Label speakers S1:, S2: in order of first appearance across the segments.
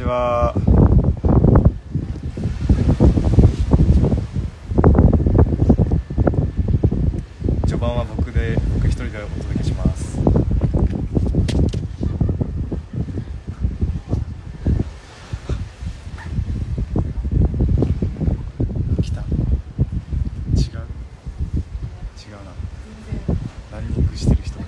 S1: は。序盤は僕一人でお届けします。来た。違うな。ランニングしてる人。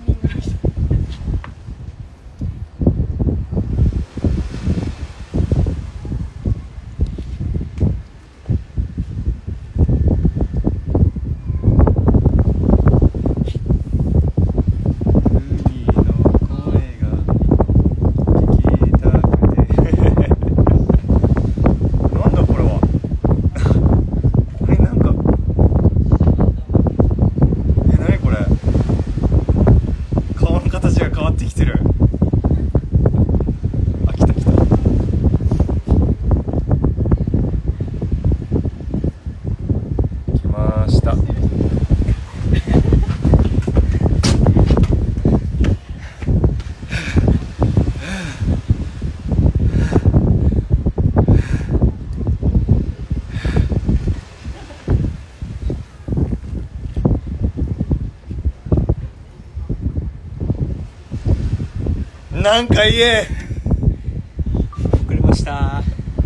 S1: なんか言え。
S2: 遅れました。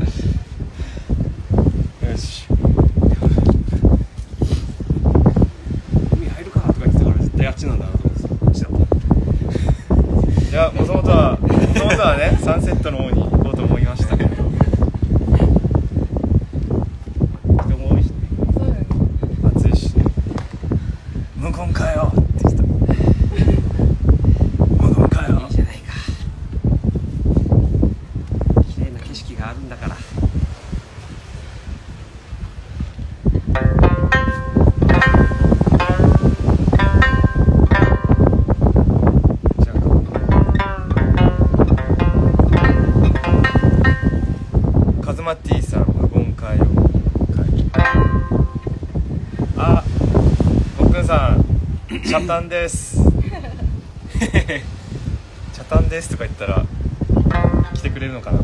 S1: よし。
S2: 海入るかとか言ってたから絶対あっちなんだなと思ってた。こっちだった。
S1: いや、もともとはね、サンセットの方に行こうと思いましたけど。人も多いしね。暑いしね。無言かよって言ってた。無言かよ。
S2: いいじゃないか。綺麗な景色があるんだから。
S1: カズマティさん、無言かよ。あ、もっくんさん、チャタンです。チャタンですとか言ったら来てくれるのかな。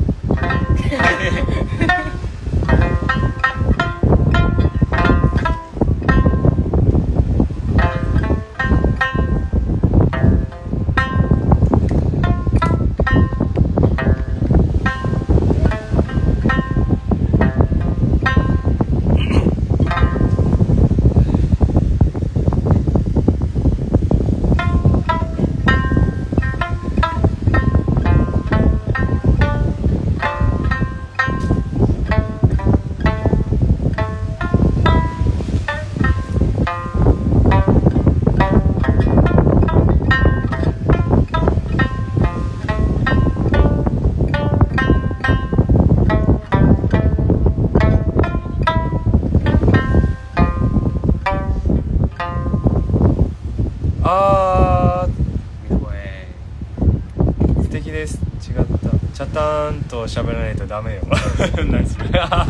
S1: 素敵です。違った。チャタンと喋らないとダメよ。何それ。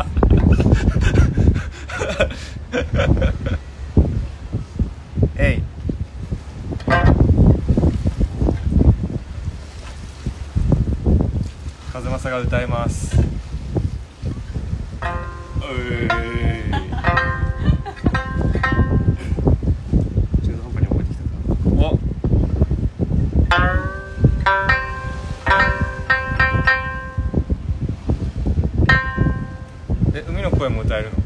S1: えい。風正が歌います。
S2: 中途半端に覚えてきたか
S1: お。海の声も歌えるの？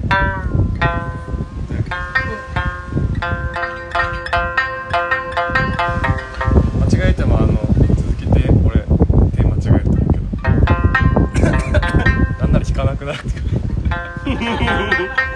S1: 間違えても続けて、俺手間違えると思うけど。なんなら弾かなくなるっていうか。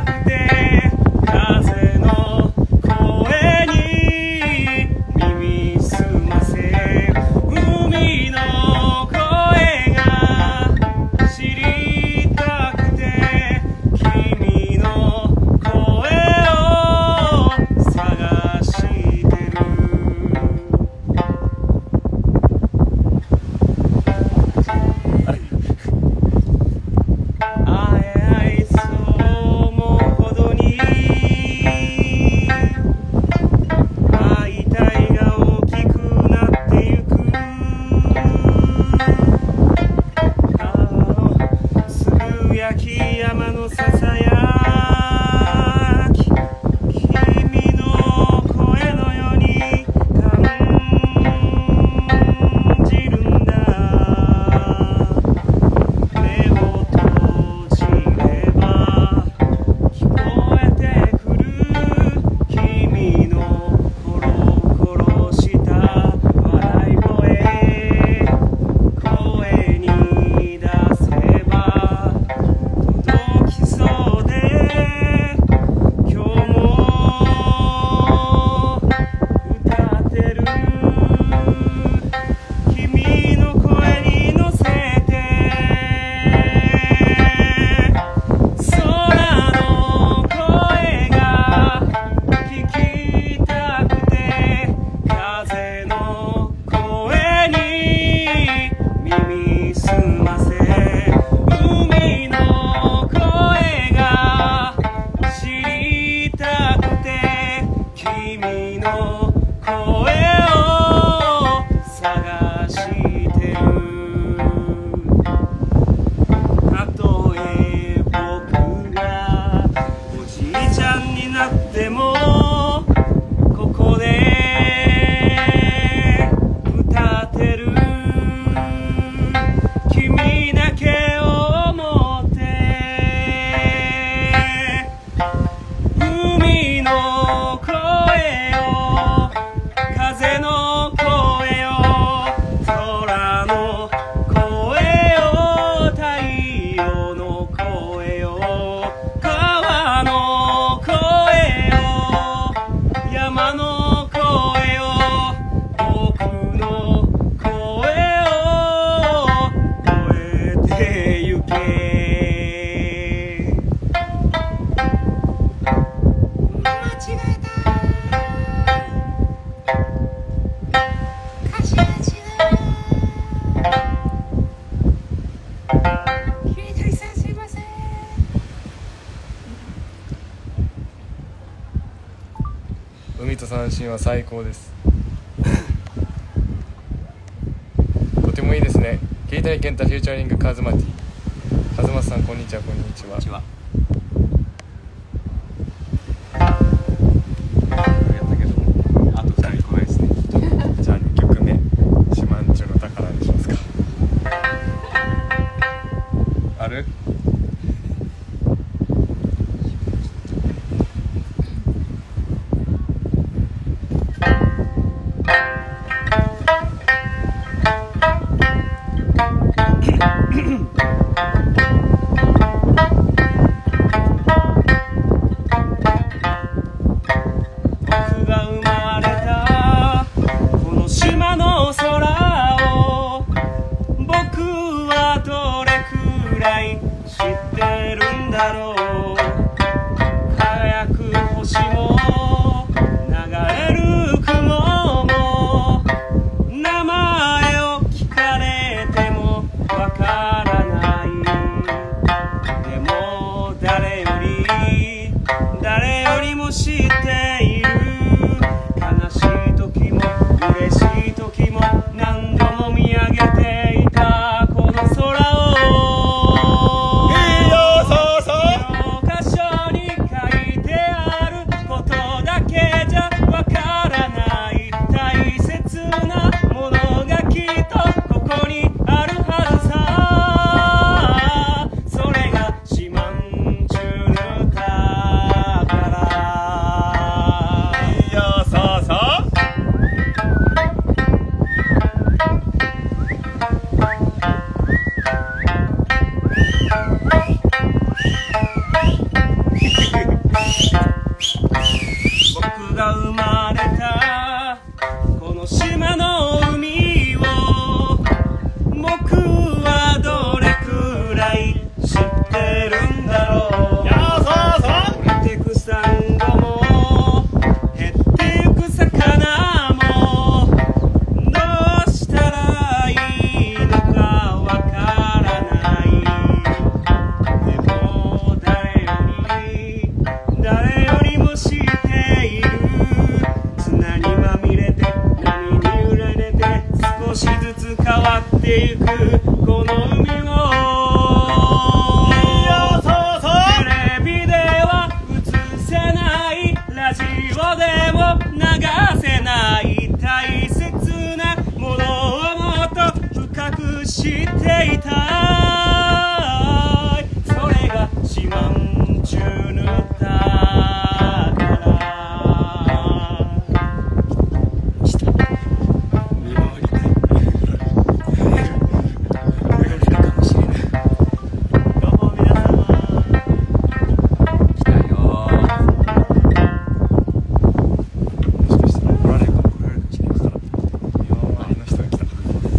S2: 風の声に耳なってもここで歌ってる君だけを思って海の声よ風の声よ空の声よ太陽の声よ川の声よ山の声よ僕の声を超えてゆけ間違えた歌詞が違う桐谷さんすいません
S1: 海と三振は最高ですとてもいいですね。桐谷健太フューチャリングカズマティ。カズマさんこんにちは。こんにちは。
S2: こんにちはやったけどあと2人来ないですね
S1: じゃあ2曲目シマンチュの宝にしますか。ある？
S2: 僕が生まれたこの島の空を僕はどれくらい知ってるんだろう。輝く星も流れる雲も名前を聞かれてもわからない。でも誰よりも知っている。悲しい時も嬉しい時も何度も見上げていたこの空を教科書に書いてあることだけじゃわからない大切なものがきっとここにあるはずさ。それが四万十の宝。僕が生まれたこの島の海を僕はどれくらい知ってるんだろう。降りてくサンゴも減ってゆく魚もどうしたらいいのかわからない。でも誰よりも知っている。砂にまみれて波に揺られて少しずつ変わってゆくこの海をテレビでは映せないラジオでも流せない大切なものをもっと深く知っていたい。それが四万十の宝。見回りたい。これが来るかもしれない。どうも皆様来たよ。
S1: もしかしたら怒られるかも。
S2: 来られるかもしれないから。
S1: 周りの人が来た。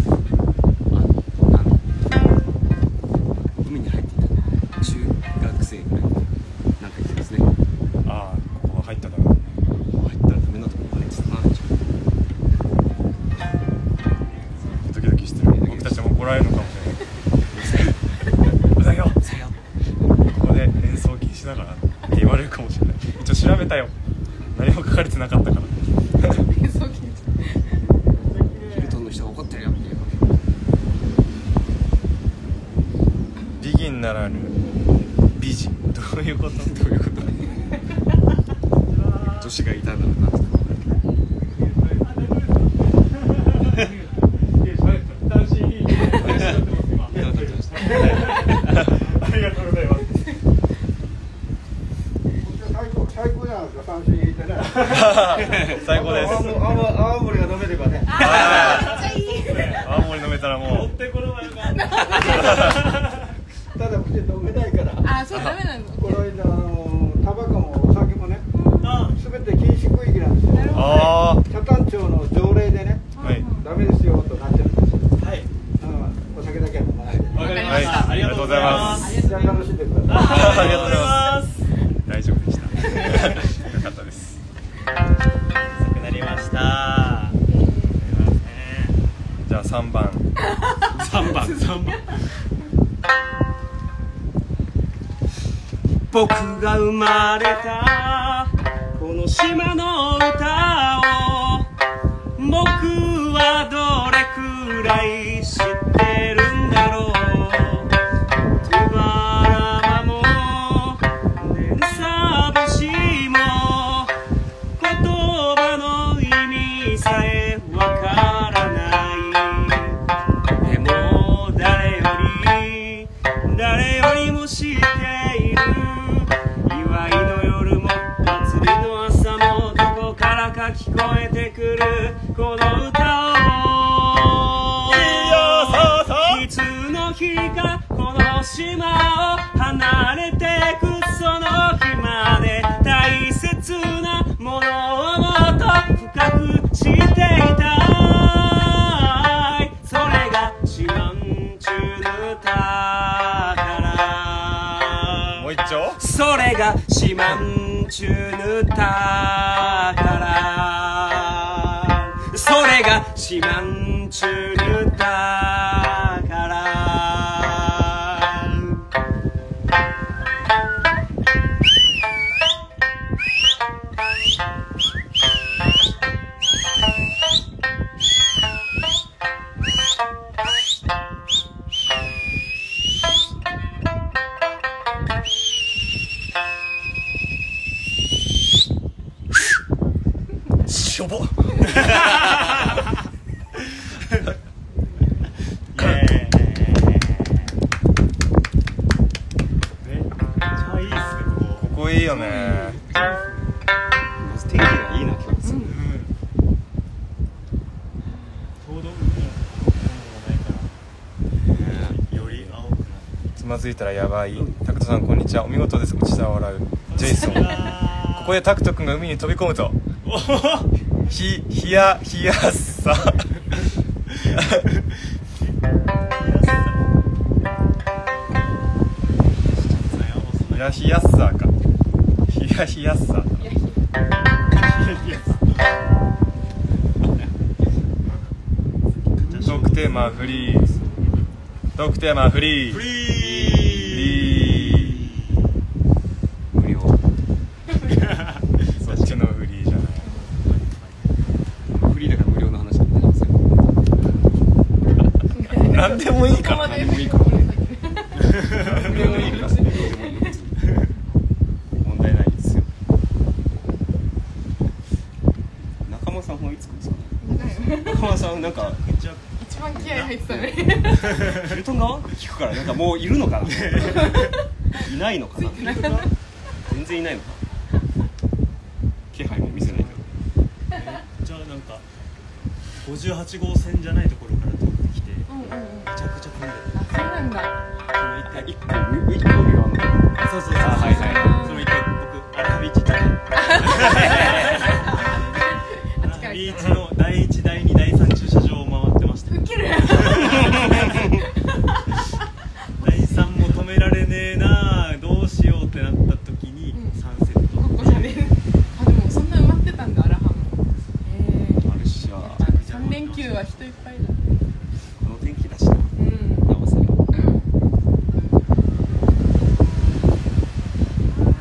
S2: 海に入っていた中学生ぐらいなんか言ってますね。
S1: ああ、ここ入っただろう。
S2: 入ったらダメなとこ入ってたな。
S1: ドキドキしてる。僕たちも怒られるのかもしれない。うざいよ。
S2: さよ。
S1: ここで演奏禁止だからって言われるかもしれない。一応調べたよ。何も書かれてなかったから。
S2: ヒルトンの人が怒ってるよっていう。
S1: ビギンならぬ美人。どういうこと？どういうこと？
S2: 女子がいたんだろうなって
S1: ありがとうございます。
S3: 最高じゃないですか、三振入れてね。
S1: 最高です。
S3: 青森が飲めればね。
S1: 青森飲めたらもう。持ってこればよかった。
S3: ただ口飲めないから。
S4: あ、そうダメなの。
S3: この間タバコもお酒もね、すべて禁止区域なんですよ。北谷町の条例でね、ダメですよとなってるんですよ。はい。お酒だけは飲まないで。
S2: わかりました。ありがとうございます。
S3: じゃあ楽しんでください。
S1: ありがとうございます。大丈夫でした。よかったです。
S2: 遅くなりました。
S1: じゃあ3番。
S2: 僕が生まれたこの島の歌を僕はどれくらい知ってるんだろう。トゥバラマもデンサブシも言葉の意味さえわからない。でも誰よりも知っている。祝いの夜も祭りの朝もどこからか聞こえてくるこの歌を。いつの日かこの島を離れてくその日まで大切なものをもっと深く知っていたい。それが四万十の歌から。
S1: もう一丁。
S2: それが四万十の歌から。それが四万十の歌から。
S1: しょぼ。ここいいよね。
S2: まず天気がいいな今日。
S1: ちょうどより青くなる。つまずいたらやばい。タクトさんこんにちは。お見事です。内さ笑うジェイソン。ここでタクト君が海に飛び込むとひやさひやっさかひやっさトークテーマフリー。トークテーマフリー。無料。そっちのフリーじゃない。
S2: フリーだから無料の話になりますよ。
S1: 何でもいいから。
S4: 何でもいいから。
S2: 無料でもいいから。問題ないですよ。仲間さんはいつ来るんですか。仲間さんなんか
S4: 一番気合入ってたね。
S2: ヒルトン側聞くからなんかもういるのかな。いないのかな。全然いないのか。気配も見せないけど。
S5: じゃあなんか58号線じゃないところから通ってきて、めちゃくちゃ混んでる。
S4: あ、そうなんだ。
S2: 一個海があるの。
S5: そうそうそう。
S2: はいはい。
S5: その一回僕アラビーチ行っちゃった。ビーチの第1、第2、第3駐車場を回ってました。
S4: ウケる。
S5: 第3も止められねえな、どうしようってなった時にサンセット。
S4: ここじゃね。あ、でもそんな埋まってたんだ、アラハも。
S2: マルシア。
S4: 3連休は人いっぱいだ。
S2: この天気だしな。合わせる。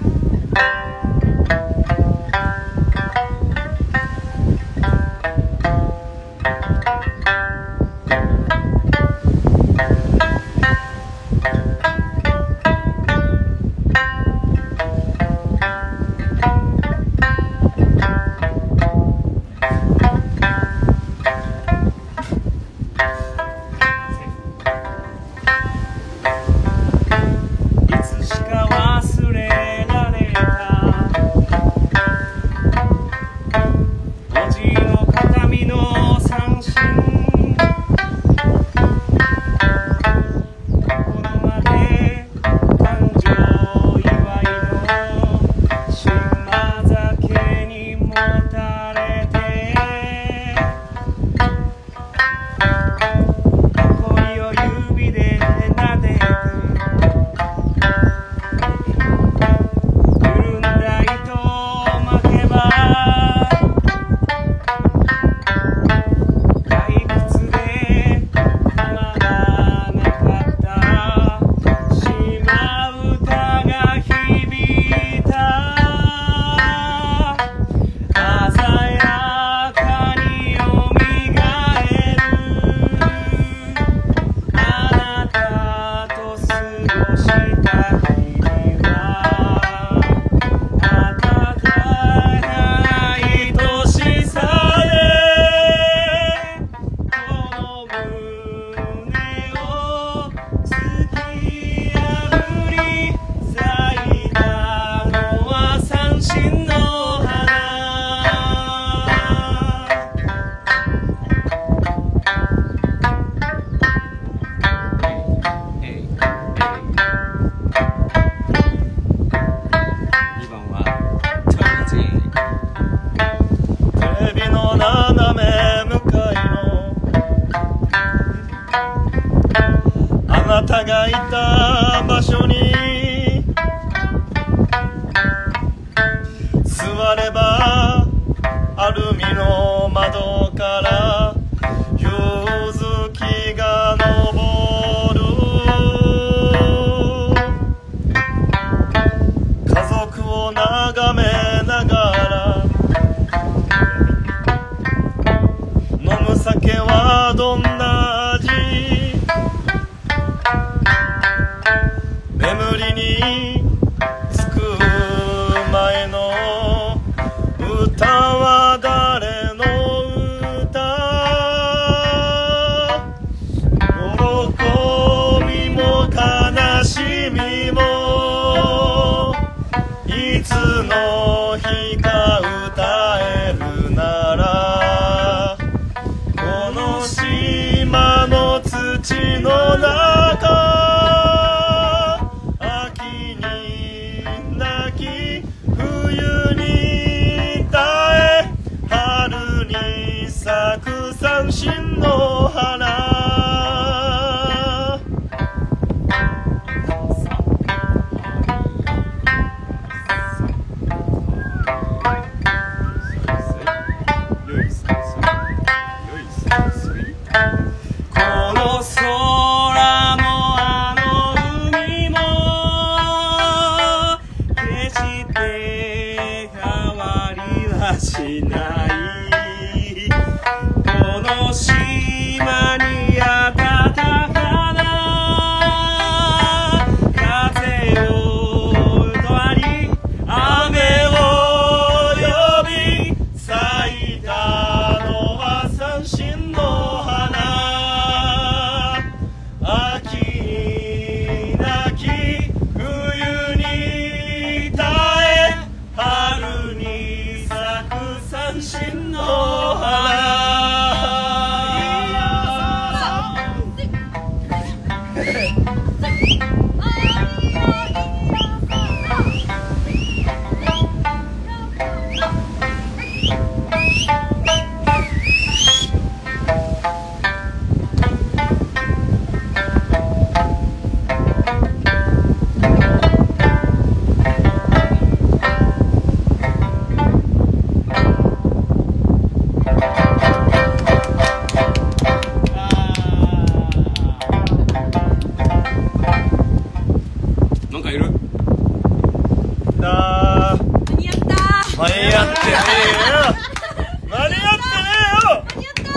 S6: なたがいた場所に座ればアルミの窓から夕月が昇る家族を眺めながら飲む酒はどんな味眠りにつく前の歌は誰の喜びも悲しみもいつの日か歌えるならこの島の土の中秋に泣き冬に耐え春に咲く三振の花この空もあの海も決して変わりはしないこの島に暖かな風を断り雨を呼び咲いたのは三振の花秋に泣き冬に耐え春に咲く三振の花なんかいるだー間に合ってねえよ間に合ってねえよ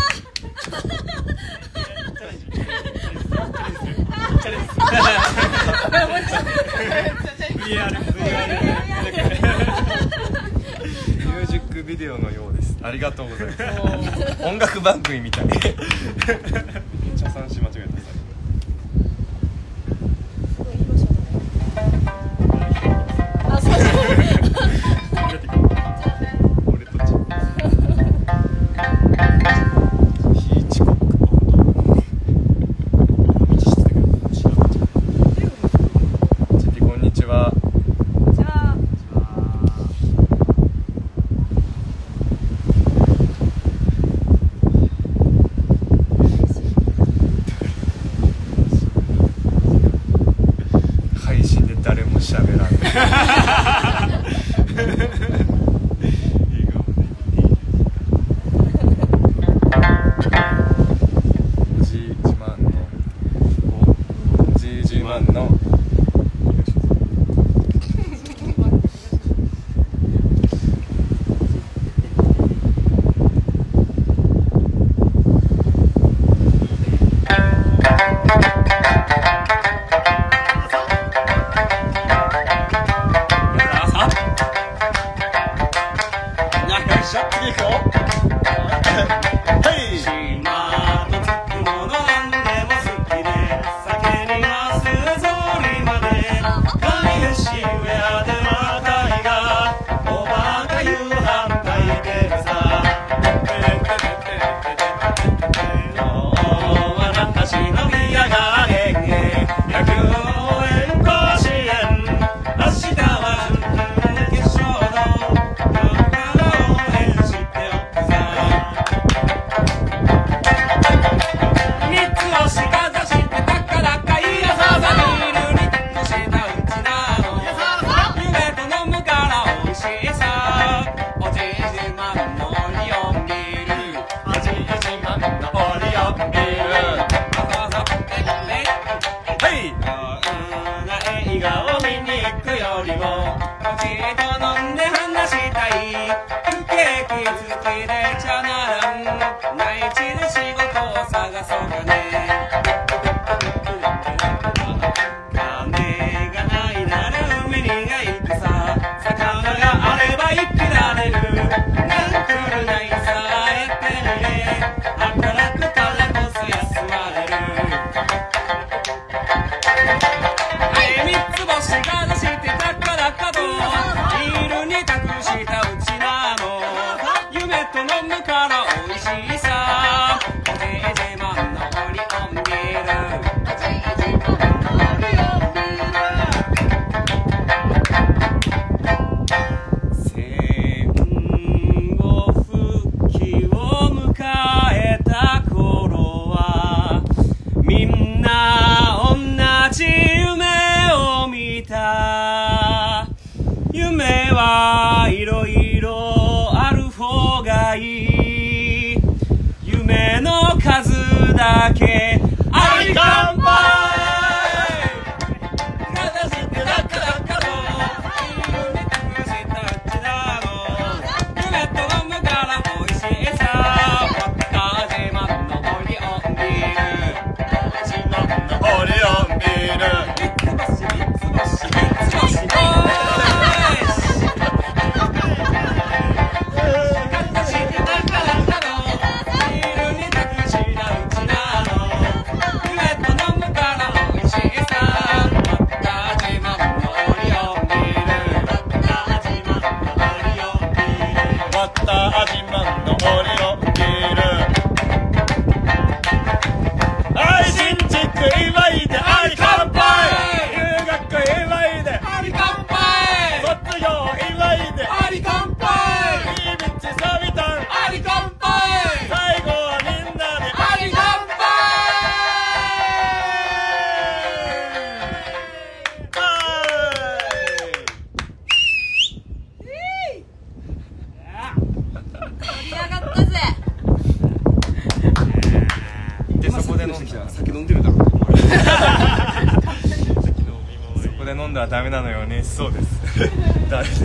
S1: ミュージックビデオのようです。ありがとうございます音楽番組みたい茶三し間違えた。
S2: ちと飲んで話したい不景気好きでちゃならん内地で仕事を探そうかね金がないなら海にが行くさ魚があれば生きられるなんくるないさえってね働くからこそ休まれる三つ星が出してたからかとビールに託したうちなの夢と飲むから美味しいさおじいじまんのオリオンビール戦後復帰を迎えた頃はみんな同じ夢を見た夢はいろいろある方がいい夢の数だけあり乾杯体してなかなかのビールに託したうちなの夢と飲むから美味しいさポッタージマンのオリオンビール
S6: オリオンビール
S1: 飲んだらダメなのよね。そうです。ダメです。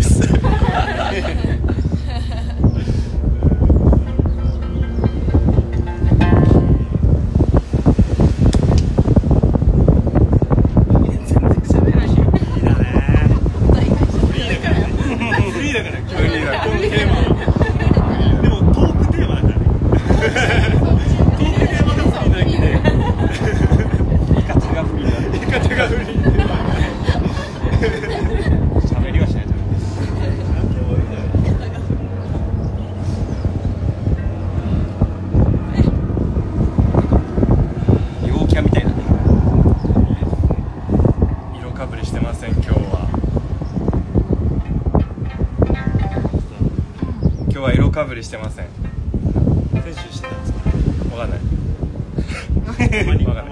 S1: かぶりしてません。
S5: 選手してたんですか？
S1: わかんない。
S5: たまに集まったら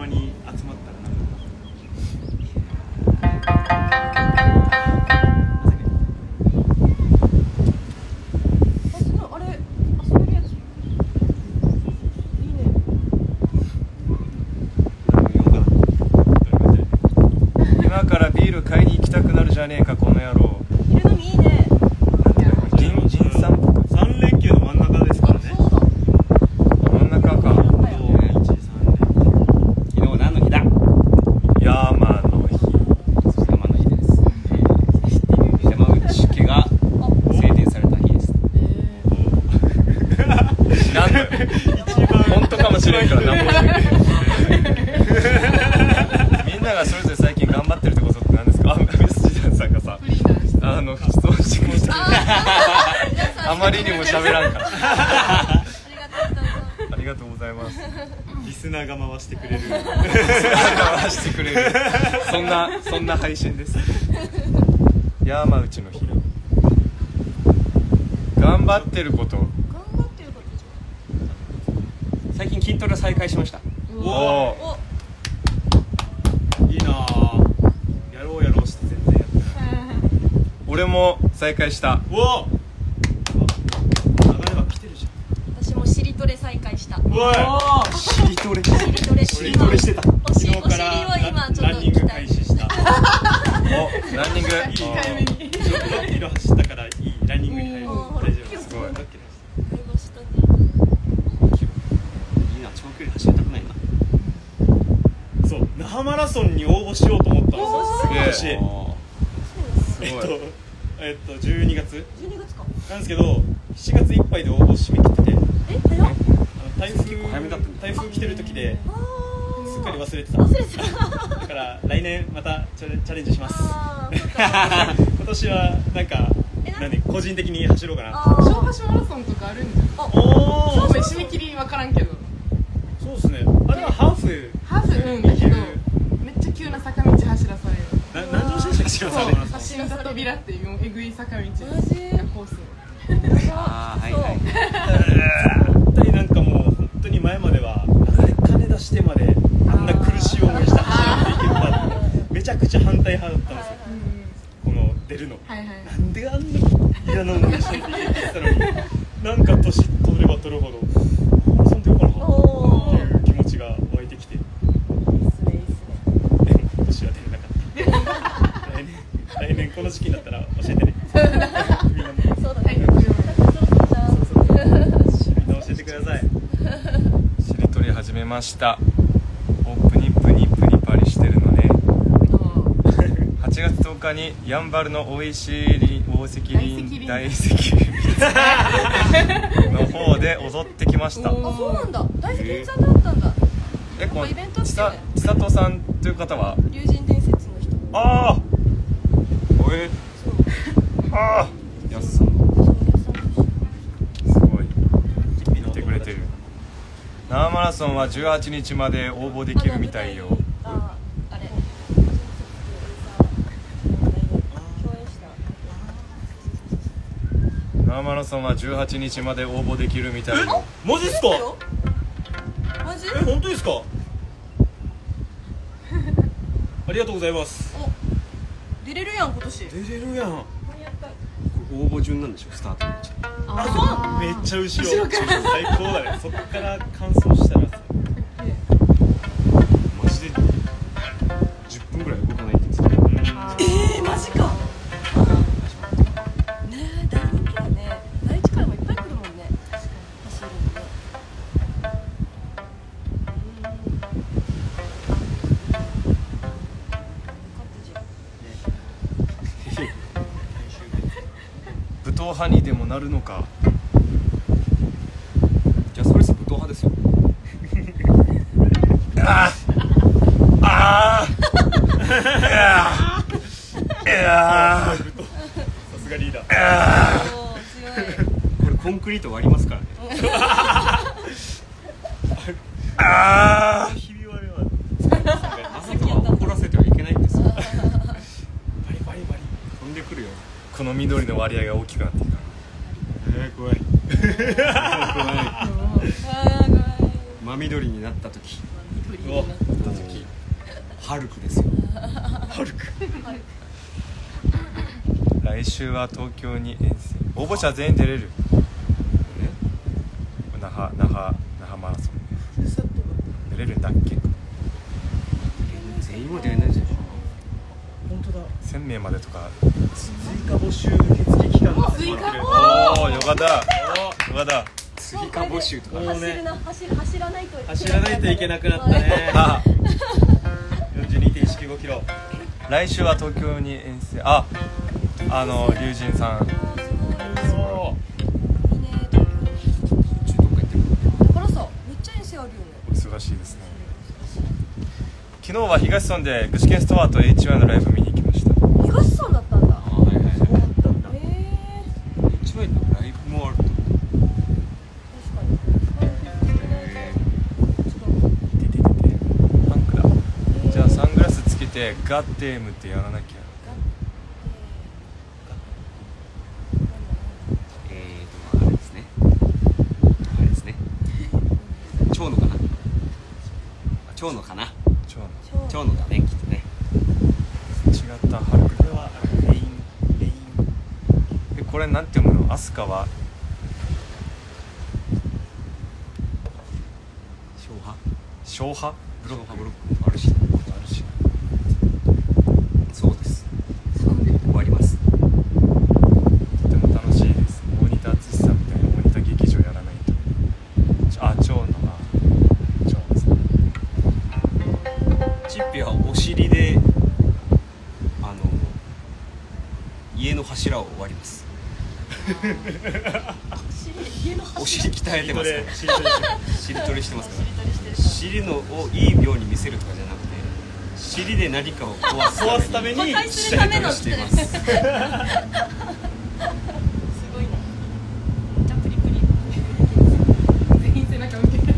S4: あれ遊べるやついいね。
S1: 今からビール買いに行きたくなるじゃねえかこの野郎。
S4: 昼飲みいいね。
S5: 3連休の真ん中ですからね。
S1: 真ん中か。
S5: 1、3連休。
S2: 昨日何の日だ？
S1: 山の日。
S2: 山の日です。山内家が制定された日です。
S1: なんだ本当かもしれんから何もしないみんながそれぞれ最近頑張ってるってことって何ですか？ミスジダンさんがさ質問してくれたあまりにも喋らんからありがとうございます。
S5: リスナーが回してくれる
S1: 回してくれるそんな配信です。山内の日。頑張ってること
S2: 最近筋トレ再開しました。
S1: お
S5: いいなぁ。やろうして全然やってない。
S1: 俺も再開した。
S5: おお流れは来てるじゃん。
S7: 私も尻トレ再開した。
S5: おい
S1: 尻トレ
S5: してた。
S7: お尻を今ちょっと
S5: ランニング開始した。
S1: おランニング
S4: 1回目に
S5: 6キロ走ったからいいランニングに入る。大丈夫です。
S1: すごい。
S4: 買いましたね。
S2: いいな、長距離走りたくないな。
S5: そう那覇マラソンに応募しようと思ったんですよ。今年
S1: すごい。
S5: 12月
S4: 12月か。
S5: なんですけど7月いっぱいで応募締め切ってて、
S4: 早っ。
S5: 台風来てる時ですっかり忘れてた。
S4: 忘れてた。
S5: だから来年またチャレンジします。
S4: あー、そっか。
S5: 今年はなんか個人的に走ろうかな。
S7: 小橋マラソンとかあるんじゃない？
S5: おお、
S7: ごめん、締め切り分からんけど。
S5: そうですね。あれはハーフ
S7: ハーフだけどめっちゃ急な坂道走らされる。
S5: 何乗車でしたっけ？
S7: 走り扉っていうえぐい坂道
S4: マジ？
S7: コース。
S2: ああ、はいはい。
S5: 絶対なんかもう本当に前までは金出してまであんな苦しい思いして走っていけるかってめちゃくちゃ反対派だったんですよ。この出るの。
S7: はいはい。
S5: なんであんな嫌な思いしないといけないって言ってたのに、なんか年取れば取るほどそんでよかなっていう気持ちが湧いてきて、今年は出れなかった。来年この時期になったら教えてね。みんなも
S4: そうだね。
S5: みんな教えてください。
S1: しりとり始めました。おプニプニプニパリしてるのね。8月10日にやんばるの大石林大石林の方で踊ってきました。
S4: あ、そうなんだ。大石林さんだったんだ。
S1: この
S4: イベントってね
S1: 千里さんという方は
S4: 龍神伝説の人。
S1: ああああやすさんすごい見てくれてる。那覇マラソンは18日まで応募できるみたいよ。
S4: あれ。
S1: 那覇マラソンは18日まで応募できるみたいよ。
S5: マジっすか？
S4: マジ？
S5: 本当ですか？ありがとうございます。
S4: 出れるやん今年。
S5: 出れるやん。
S2: 応募順なんでしょ、スタートのうち。
S4: あ、
S5: めっちゃ後ろ最高だね。そっから完走したらさ、
S2: マジで10分ぐらい動かないんですよ。
S4: そう。マジか。ねえ、大人気だね。第一からもいっぱい来るもんね。走るんで。
S1: 武闘派にでもなるのか。
S2: じゃあそれさ、武闘派ですよ。
S1: ああいや
S5: さすがリーダー。
S4: おー、強い。
S2: これコンクリート割りますからね。
S1: ああ
S5: ひび割れは
S2: まさか怒らせてはいけないんですよ。
S5: バリバリバリ
S2: 飛んでくるよ。
S1: この緑の割合が大きくなってきた。
S2: 怖い。
S4: あー、
S2: 真緑になった時、
S5: うわ
S2: ハルクですよ。
S1: 来週は東京に遠征。応募者全員出れる。那覇マラソン出れるんだっけ。
S2: 全員は出れないでしょ。
S5: 本当だ。
S1: 1000名までとか。
S5: 追加募集受付期間が始まってる。
S1: おお、よかったよかった。
S2: 追加募集とか。
S4: 走らないと
S5: いけなくなったね。
S1: あ、
S5: 42.195 キロ。
S1: 来週は東京に遠征。あ、龍神さん。
S5: そう
S4: いいね、東京。
S2: どっか行ってる。
S4: だからさ、めっちゃ遠征あるよね。
S1: 忙しいですね。昨日は東村で具志堅ストアと H1 のライブ見に行きました。
S4: 東村だったんだ。
S2: はいはいはい。
S4: 確
S2: 一番いいのライブもあると。
S4: かに。
S1: パンクだ。じゃあサングラスつけてガッテームってやらなきゃ。
S2: あれですね。あれですね。蝶野かな。蝶野かな。蝶野だね、きっとね。
S1: 違ったハルク
S5: これはレイン。
S1: これなんて読むの？アスカは小派
S2: ブロックあるし。そうです。終わります。 わります。
S4: お
S2: 尻鍛えてますから。尻トレしてますから。尻のをいいように見せるとかじゃなくて、尻で何かを壊すために
S4: 破壊するための
S2: しています。
S4: すごいな。じゃプリプリ。全員背中向ける。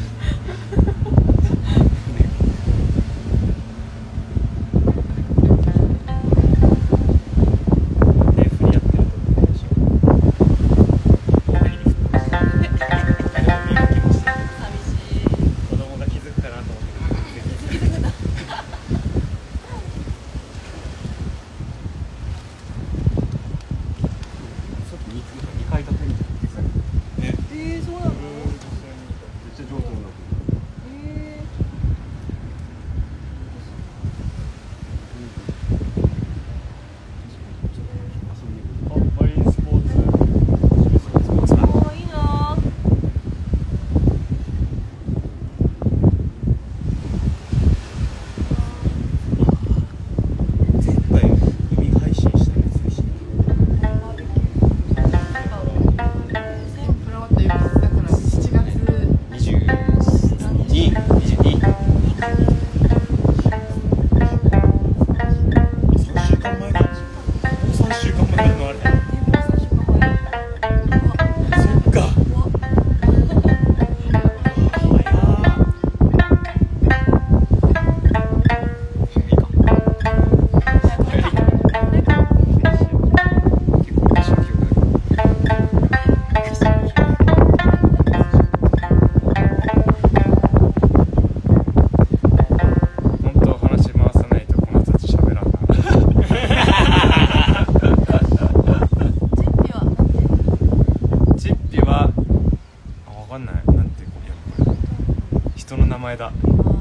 S1: 人の名前だ。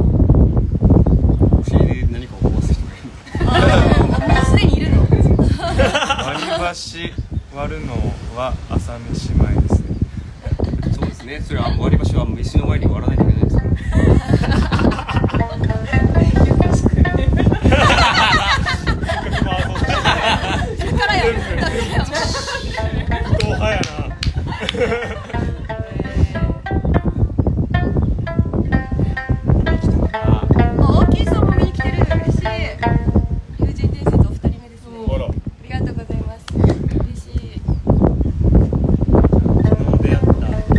S2: お尻で何かを壊す人がいる。
S4: もうすでにいるの。
S1: 割り箸割るのは朝飯前ですね。
S2: そうですね。それは割り箸は飯の前に割らないといけないですから。
S4: 力や。
S5: 人派やな。
S4: 大きいさんも見に来てる。嬉しい。友人伝説お二人目ですね。ありがとうございます。嬉しい。
S5: 昨日出会った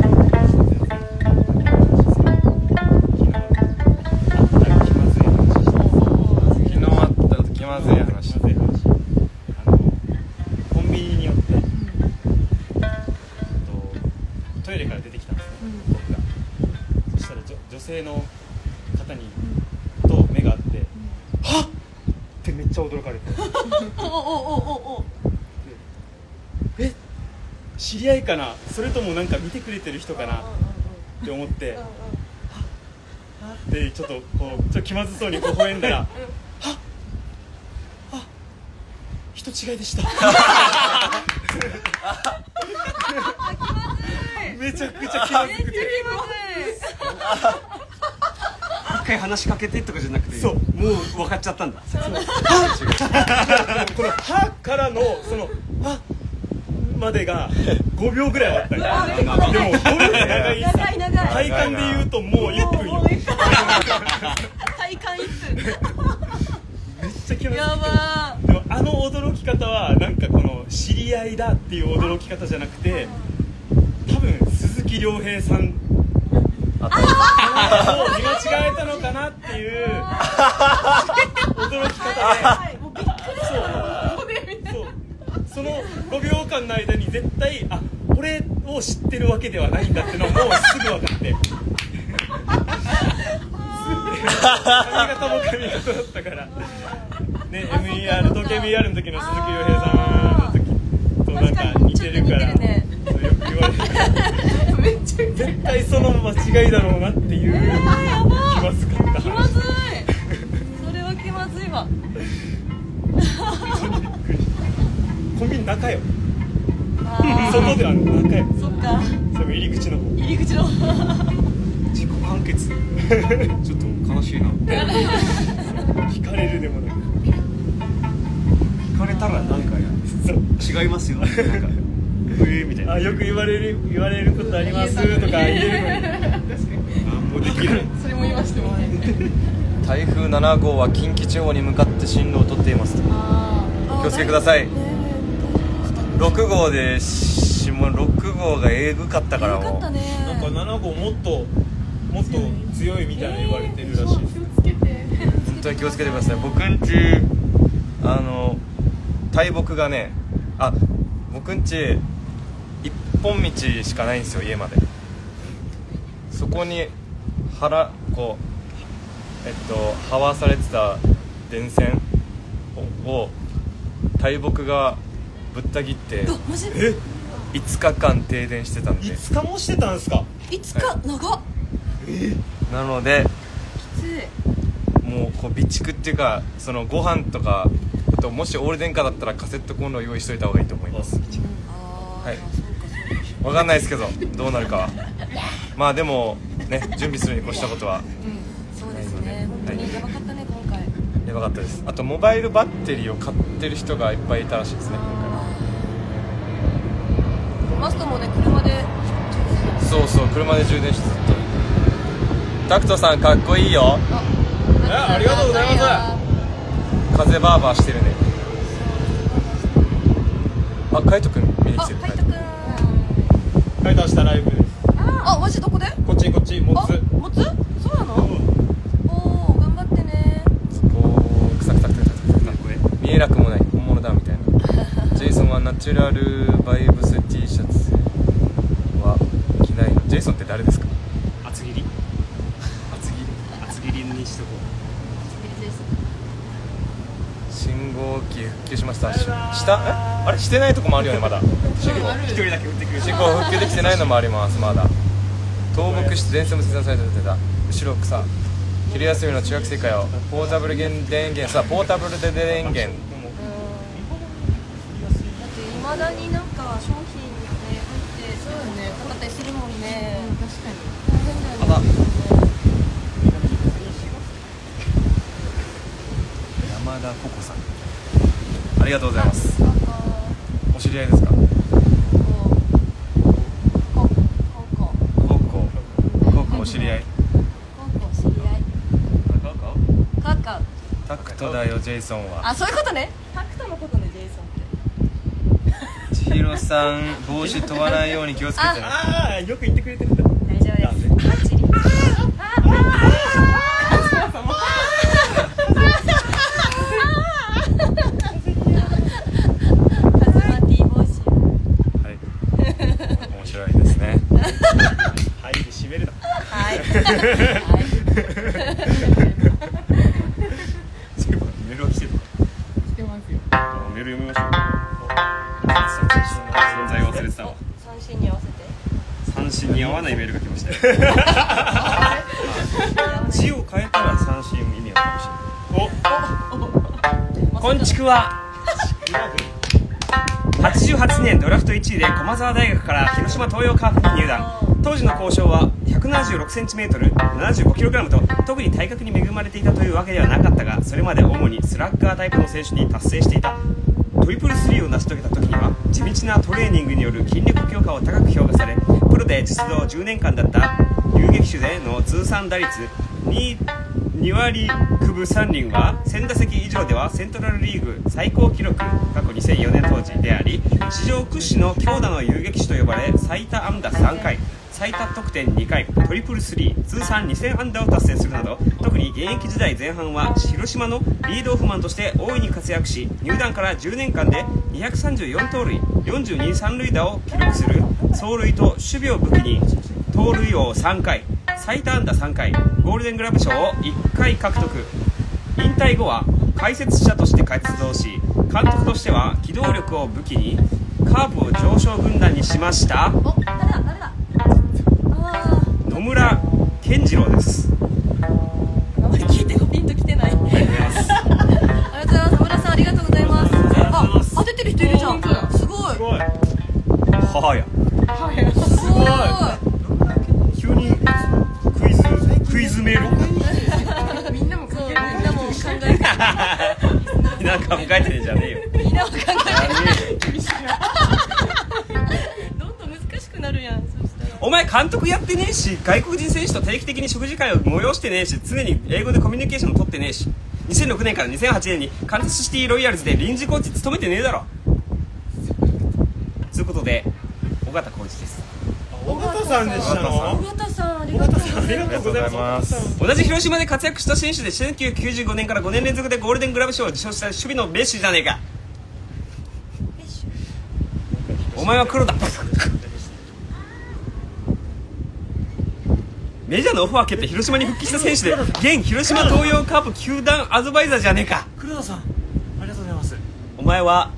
S5: 気まずい話。コンビニによってトイレから出てきたんですね、僕が。そしたら女性の方にと目が合って、はっってめっちゃ驚かれてえ、知り合いかな、それともなんか見てくれてる人かなって思って、はっってちょっとこうちょっと気まずそうに微笑んだら、はっ人違いでしためちゃくちゃ気まずくて、
S2: 一回話しかけてとかじゃなくて、
S5: そう、
S2: もう分かっちゃったんだ。
S5: このはからのそのはまでが5秒ぐらいあったり、でも5秒で長いさ、体感で言うともう1分よ。
S4: 体感1分。
S5: めっちゃ気まずくて、
S4: やば
S5: でもあの驚き方はなんかこの知り合いだっていう驚き方じゃなくて、多分鈴木亮平さんを見間違えたのかなっていう驚き方で、その5秒間の間に絶対俺を知ってるわけではないんだってのはもうすぐ分かって髪型も髪型だったからね、MER 東京 MER の時の鈴木亮平さんの時となんか似てるから、よく言われる絶対その間違いだろうなっていう気まずかった話。
S4: 気まずい。それは気まずいわ。
S5: コンビニ中よ。外では中よ。
S4: そっか。
S5: それも入り口の方。
S4: 入り口の方。
S2: 自己完結。ちょっと悲しいな。
S5: 惹かれるでもなく。
S2: 惹かれたらなんかや。
S5: そ
S6: 違いますよ。なんかみたいな。
S5: よく言われることありますとか言えるのに。もうできる。
S7: それも言わせてもらえる。
S1: 台風7号は近畿地方に向かって進路を取っています。気をつけください。6号で6号がえぐかったからもう。
S5: なんか7号もっと強いみたいな言われてるらしい。
S7: 気をつけて。
S1: 本当に気をつけてください。僕んち大木がね、僕んち一本道しかないんですよ、家まで。そこに這わされてた電線を大木がぶった切って5日間停電してたんで。
S5: 5日もしてたんですか。
S4: 5日、長っ。
S1: なので
S4: きつい。
S1: もう備蓄っていうか、そのご飯とか、あともしオール電化だったらカセットコンロを用意しといた方がいいと思います。はい、分かんないですけどどうなるかは。まあでもね、準備するに越したことは
S4: そうですね。本当にやばかったね、今回。
S1: やばかったです。あとモバイルバッテリーを買ってる人がいっぱいいたらしいですね、今回。
S4: マストもね、車で。
S1: そう車で充電してずっと。タクトさんかっこいいよ。
S5: ありがとうございます。
S1: 風バーバーしてるね。カイトくん見に来てる。
S4: カイトくん。
S5: カイト明日ライブです。
S4: マジどこで？
S5: こっちもつ。
S4: そうなの？おー、頑張ってね。
S1: くさ見えなくもない本物だみたいな。ジェイソンはナチュラルバイブス T シャツは着ないの。ジェイソンって誰ですか？
S6: 厚切りにしとこう。
S1: 信号機復旧しました。あれしてないとこもあるよね、まだ。
S6: 一人だけ打ってくる。
S1: 信号復旧できてないのもあります。まだ倒木して電線も切断されてた。後ろ草。昼休みの中学生会をポータブル電源電源。だって未だになんか商品ね入ってそうよね、かかったりするもんね。確かに大変だよね。山田ココさん、ありがとうございます。お知り合いですか？お知り合い。タクトだよ、ジェイソンは。
S4: そういうことね。タクトのことね、ジェイソンって。
S1: 千尋さん、帽子飛ばないように気をつけてね。
S5: よく言ってくれてるんだ。
S4: 大丈夫です。
S1: 面白いですね。
S5: はい、で締めるな。
S4: はい。
S6: メールは来てる。
S7: 来てますよ。
S6: メール読みましょう。存在忘れてたわ。
S4: 三振に合わせて。
S6: 三振に合わないメールが来ましたよ。字を変えたら三振意味があるかもしれない。こんちくわ。88年ドラフト1位で駒澤大学から広島東洋カープに入団。当時の交渉は 176cm、75kg と特に体格に恵まれていたというわけではなかったが、それまで主にスラッガータイプの選手に達成していた。トリプルスリーを成し遂げた時には地道なトレーニングによる筋力強化を高く評価され、プロで実動10年間だった遊撃手での通算打率2割9分3厘は1000打席以上ではセントラルリーグ最高記録過去2004年当時であり、史上屈指の強打の遊撃手と呼ばれ、最多安打3回、最多得点2回、トリプルスリー、通算2000安打を達成するなど、特に現役時代前半は広島のリードオフマンとして大いに活躍し、入団から10年間で234盗塁、42三塁打を記録する走塁と守備を武器に盗塁王3回、最多安打3回、ゴールデングラブ賞を1回獲得。引退後は解説者として活動し、監督としては機動力を武器にカープを上昇軍団にしました。
S4: 誰だ
S6: 野村健次郎です。
S4: 名前聞いてもピンときてない。ありがとうございます。野村さん、ありがとうございます。当ててる人いるじゃん。すごい。
S6: 母や。
S4: すごい。
S6: 急にクイズメール。
S7: みんなも考えてる。
S4: みんなも考えてる。
S6: なんか考えてねえじゃねえよ。
S4: みんな然わかんない厳しいなどんどん難しくなるやん。そしたら
S6: お前監督やってねえし、外国人選手と定期的に食事会を催してねえし、常に英語でコミュニケーションを取ってねえし、2006年から2008年にカンザスシティロイヤルズで臨時コーチ務めてねえだろ。ということで尾形浩二です。
S5: 尾形さんでしたの？
S4: 尾形さんありがとうございます。
S5: ありがとうございます。
S6: 同じ広島で活躍した選手で1995年から5年連続でゴールデングラブ賞を受賞した守備のメッシじゃねえか。お前は黒だ。メジャーのオファー受けて広島に復帰した選手で現広島東洋カープ球団アドバイザーじゃねえか。
S5: 黒田さんありがとうございます。
S6: お前は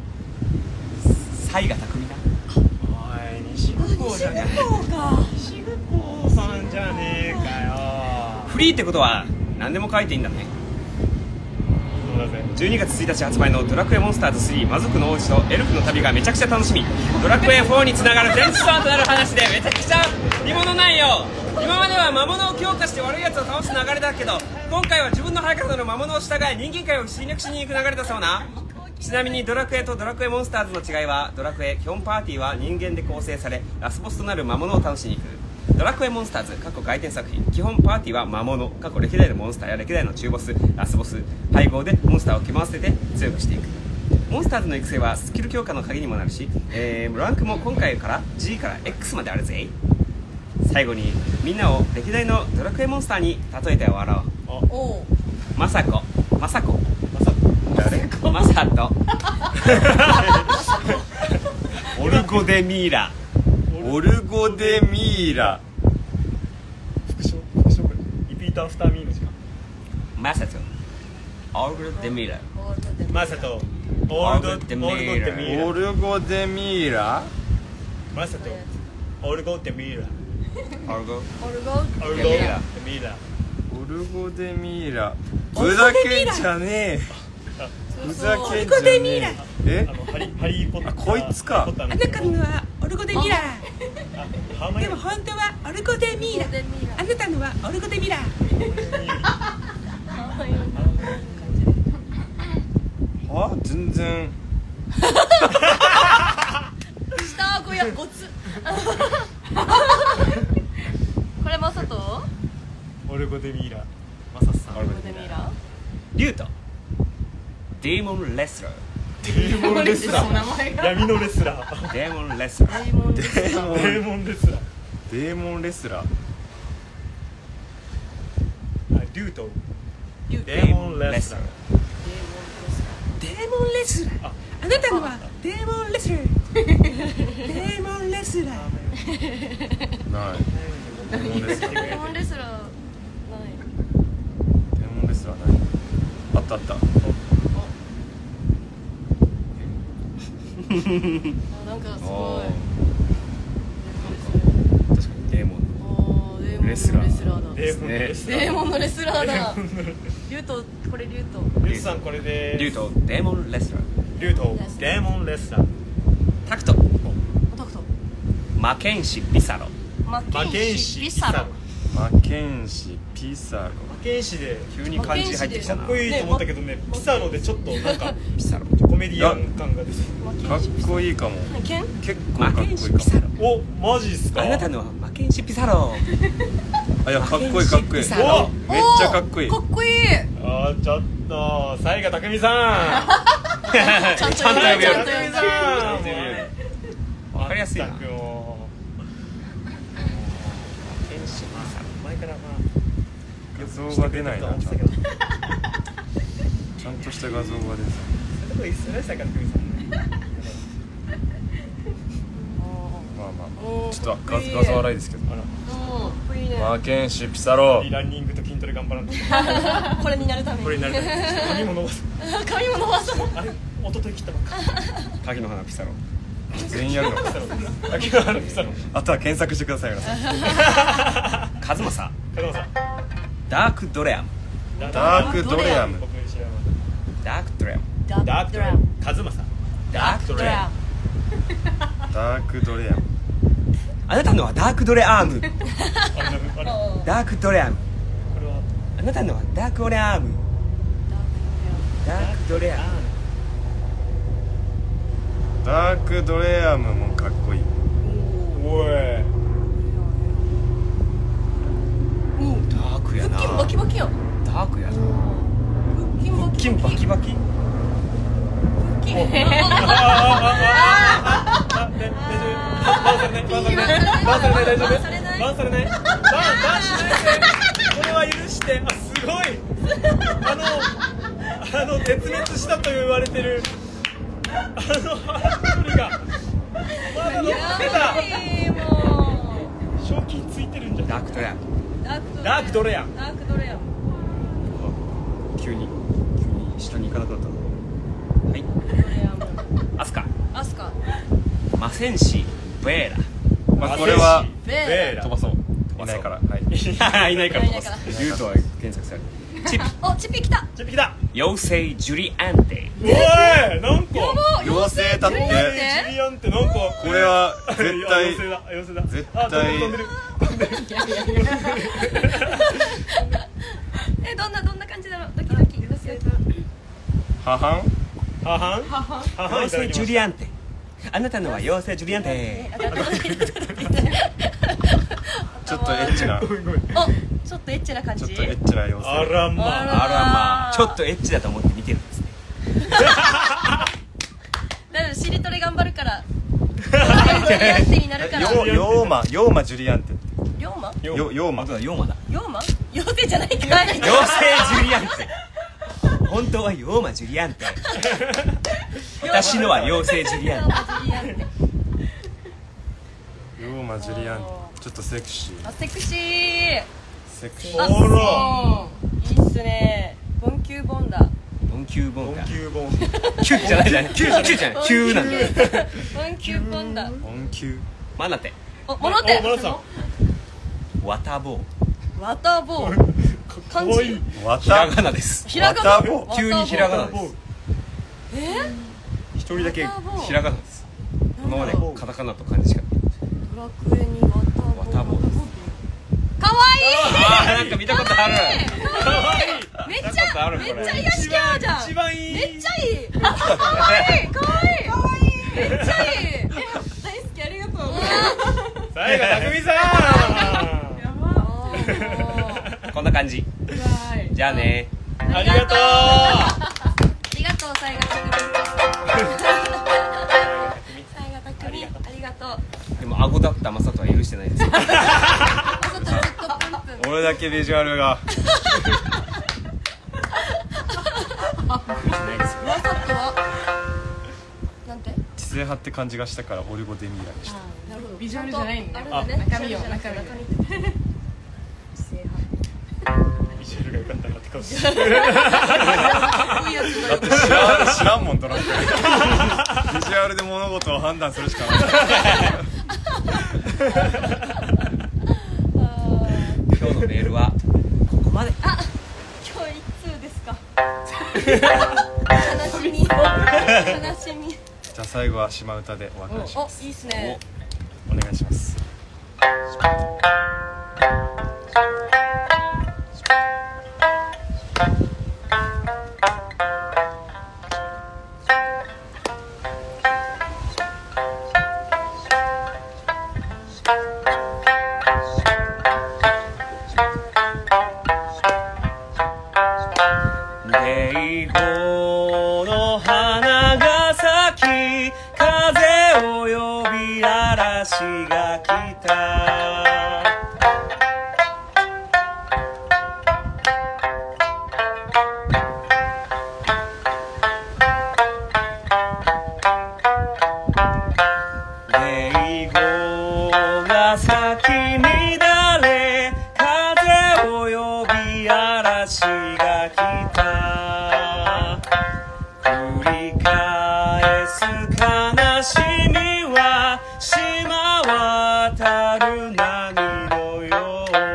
S6: 西賀匠だ。
S5: おい西口じゃねえか。西口さんじゃねえかよ。
S6: フリーってことは何でも書いていいんだね。12月1日発売のドラクエモンスターズ3魔族の王子とエルフの旅がめちゃくちゃ楽しみ、ドラクエ4につながる全スターとなる話でめちゃくちゃ見物ないよ。今までは魔物を強化して悪いやつを倒す流れだけど、今回は自分の速さの魔物を従い人間界を侵略しに行く流れだそうな。ちなみにドラクエとドラクエモンスターズの違いは、ドラクエ基本パーティーは人間で構成されラスボスとなる魔物を倒しに行く。ドラクエモンスターズ過去外伝作品基本パーティーは魔物過去歴代のモンスターや歴代の中ボスラスボス配合でモンスターを組ませて強くしていく。モンスターズの育成はスキル強化の鍵にもなるし、ランクも今回から G から X まであるぜ。最後にみんなを歴代のドラクエモンスターに例えて笑おう。
S4: お
S6: マサコ誰マサトオルゴデミーラ
S1: オルゴデミーラ
S5: 副賞これリピートアフターミーの時間。
S6: マサトオルゴデミーラ
S5: マサトオルゴデミーラ
S1: オルゴデミーラ
S5: マサトオルゴデミーラ
S6: オルゴ
S4: オルゴ
S5: オルゴデミーラ
S1: オルゴデミーラふざけんじゃねえふざけんじゃねえ
S5: ハリーポッター
S1: こいつか。
S5: あな
S8: あなたのはオルゴデミラ
S5: た
S8: でも本当はオルゴデミラあなたのはオルゴデミラ
S1: は全然
S4: 下顎やゴツこれマサト
S5: オルゴデミーラマサさん
S4: オルゴデミラ
S6: リュウトデーモンレスラー
S5: デーモンレスラー闇のレスラー
S6: デーモンレスラー
S5: デーモンレスラー
S1: デーモンレスラー
S5: リュウト
S6: デ
S5: デーモンレスラー
S8: デーモンレスラーあなたのはデーモンレスラーデーモンレスラー
S1: ないデーモンレスラー
S4: デーモンレスラーない
S1: デーモンレスラーないあったあった
S4: なんかすごい
S6: 確かにデーモン
S4: レスラーだ
S5: デーモンレスラー
S4: デーモンのレスラーだリュウトこれリュウト
S5: リュウトさんこれで
S6: リュウトデーモンレスラー
S5: リュウトデーモンレスラー
S6: タクト
S4: タクト
S6: マケンシピサロ
S4: マ
S5: マケンシピサロ
S1: マケンシピサロ
S5: マケンシで
S6: 急に漢字入ってきたな
S5: かっこいいと思ったけどねピサロでちょっとなんか
S6: ピサロ
S5: コメディアン感が出て
S1: かっこいいかも
S4: ケン
S1: 結構かっこいい
S6: マケンシピサ
S1: か
S6: ロ
S5: おマジっすか
S6: あなたのはマケンシピサロ
S1: もあいやかっこいいかっこいいめっち
S6: マケンシピサロ
S1: ゃかっこいい
S4: かっこいい
S5: ちょっと西賀匠さん
S4: ちゃんと
S6: ちゃんと呼ぶよ
S4: ちゃんと呼ぶ
S5: 匠さん
S6: わかりやすいな
S5: 全くもう
S6: マケンシピサロ
S5: 前からまあ
S1: 画像が出ないなちゃんと
S5: そういう
S1: ちゃんとした画像が出て
S5: とこいいっすよね西賀匠さん
S1: まあま
S4: おー
S1: あちょっと
S4: かっこいい
S1: 画像荒いですけど
S5: あら
S4: かっこいいね
S1: マケンシピサロ
S5: ランニングと筋トレ頑張らんと
S4: これになるために
S5: これになる髪も伸ばす
S4: 髪も伸ばす
S5: あれ一昨日切ったばっか
S6: 鍵の花ピサロ
S1: 全員やるのか
S5: ピサロ秋葉原ピサロ
S1: あとは検索してください皆さん
S6: カズマサ
S5: 風間さん
S6: ダークドレアム
S1: ダークドレアム
S5: 僕知らない
S6: ダークドレアム
S5: ダークドラムカズマさん
S6: ダークドレアム
S1: ダークドレアム
S6: あなたのはダークドレアーム
S5: あれ
S6: ダークドレアム
S5: これは
S6: あなたのはダークオレアームダークドレアム
S1: ダークドレアムもかっこいい。
S5: おい
S6: ダークやな。
S4: 腹筋バキバキやん。
S6: ダークやな。
S4: 腹筋バキバキ。
S6: バキバキ。
S4: 腹筋
S5: バンされない大丈夫？バンされない？バンしないで。これは許して。あ、すごい。絶滅したと言われてる鳥がまだ乗ってた。賞金ついてるんじゃん。
S6: ダークドレアム。
S5: ダークドレアム。
S4: ダークドレアム。
S6: 急に下に行かなくなった。はい。アスカ。
S4: アスカ。
S6: マセンシベーラ。
S1: まあこれは
S4: ベーラ。
S1: 飛ばそう。いないから。はい。
S6: いないから飛ばす。言うとは検索される。チッピ。
S4: お、チッピ来た。
S5: チッピ来た。
S6: 妖精ジュリアンテ。
S5: おい、なんか
S1: 妖精だって。
S5: ジュリアンってなんか
S1: これは絶対
S5: 妖精だ妖精だ。
S1: 絶
S5: あ、飛
S1: 対
S5: んでる。
S4: どんな感じだろう。ドキドキ。
S1: ははん
S5: ははん
S6: 妖精ジュリアンテ。あなたのは妖精ジュリアンテ。
S1: ちょっとエッチな。
S4: お、ちょっとエッチな感じ。
S1: ちょっとエッチな妖精。
S5: あらま
S6: あらまあ、ちょっとエッチだと思って見てるんですね。
S4: だからしりとり頑張るからジュリアンテになるから。
S1: ヨーマジュリアンテ。
S4: 龍馬？
S1: ヨーマ。
S6: あとはヨーマだ。
S4: 龍馬？妖精じゃないかい。
S6: 妖精ジュリアンテ。本当はヨーマジュリアンテ。私のは妖精ジュリアンテ。
S1: ヨーマジュリアンテ。ちょっとセクシー。
S4: あ、セクシー。
S1: セクシー。
S5: あら。
S4: いいっすね。ボンキューボンだ。
S6: ボンキューボンだ。
S5: キューボン。
S6: キューじゃないじゃない。キューじゃない。キューなんだよ。
S4: ボンキューボンだ。
S1: 音球。
S6: マナテ。
S4: お、モノテ。
S5: マナさん。
S6: ワタボー。
S4: ワタボー。漢字。
S6: ひらがなです。
S4: ひらがな。
S6: 急にひらがなです。一人だけひらがなです。今までカタカナと漢字しか。
S4: ドラクエにワタボー。かわいい。
S6: なんか見たことある。
S4: めっちゃ癒しキャーじゃん。
S5: 一番いい。
S4: めっちゃいい。かわいい。めっちゃいい。大好き、ありがとう。
S5: 最後たくみさ
S6: ん。こんな感じ。じゃあね。
S5: ん。ありがとう。
S4: ありがとう、最後たくみ。ありがとう。
S6: でも顎だったマサトは許してないです。
S1: 俺だけビジュアルが。
S4: マサトはなんて？
S1: 知性派って感じがしたからオルゴデミーラにした。
S7: なるほど。ビジュアルじゃないんだね。
S4: あ、
S7: 中身を中身。
S5: ビジュアルが良かったなって顔してる。
S1: だって知らんもんドラクエ。ビジュアルで物事を判断するしかない。
S6: 今日のメールはここまで。
S4: あ、今日一通ですか。悲しみ。
S1: じゃあ最後は島唄でお別れします。
S4: お、いいっすね。
S1: お願いします。
S6: デイゴの花が咲き、風を呼び嵐が来た。デイゴが咲き乱れ、風を呼び嵐が来た。繰り返す悲しみは島渡る波のよ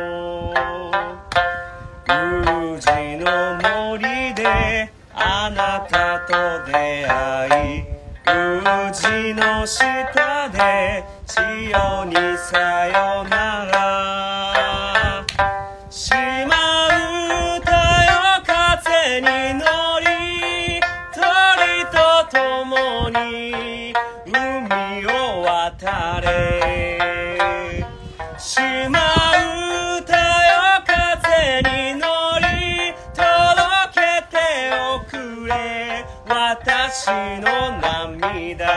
S6: う。宇治の森であなたと出会い、宇治の下で千代にさよなら。島唄よ風に乗り、鳥と共に
S2: しまうたよ風に乗り届けておくれ私の涙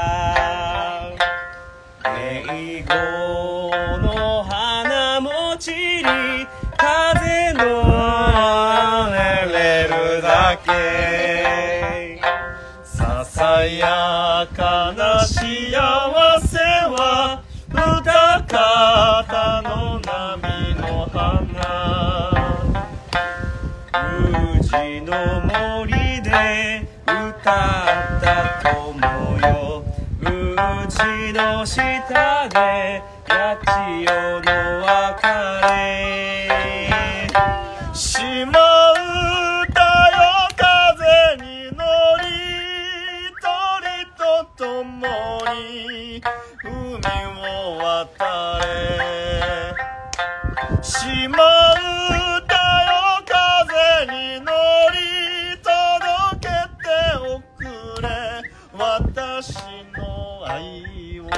S2: 英語の花も散り風の流れるだけささやかな幸せは歌方の波の花宇治の森で歌った友よ宇治の下で八千代の別れしまうたよ風に乗り鳥と共に海を渡れしまうたよ風に乗り届けておくれ私の愛を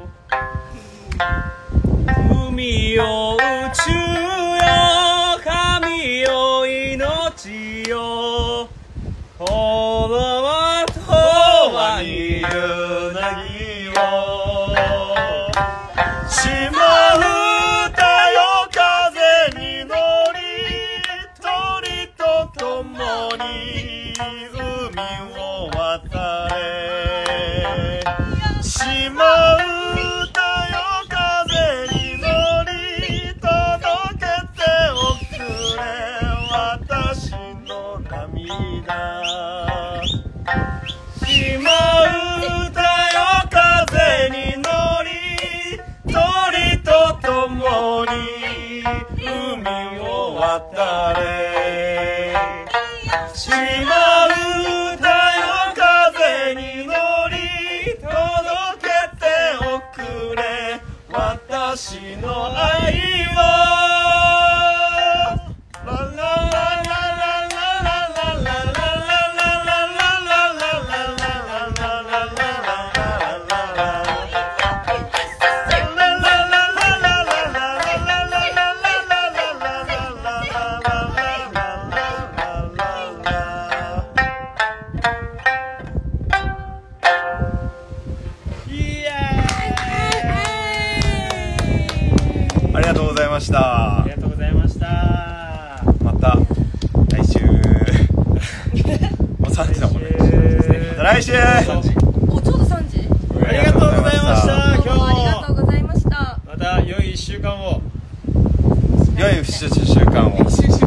S2: 海よ宇宙よ神よ命よほどとはにうなぎをしまうたよ風に乗り鳥と共に海を渡れしまうたよ風に乗り届けておくれ私の涙しまうたよ風に乗り鳥と共に海を渡れしまうたよ風に乗り届けておくれ私の愛を
S1: ありがとうございました。
S2: ありがとうございました。
S1: また来週もう3時だもんね。また来週
S4: おちょうど3時。
S2: ありがとうございました。今日も
S4: ありがとうございました。
S2: また良い1週間を
S1: 良い1週間を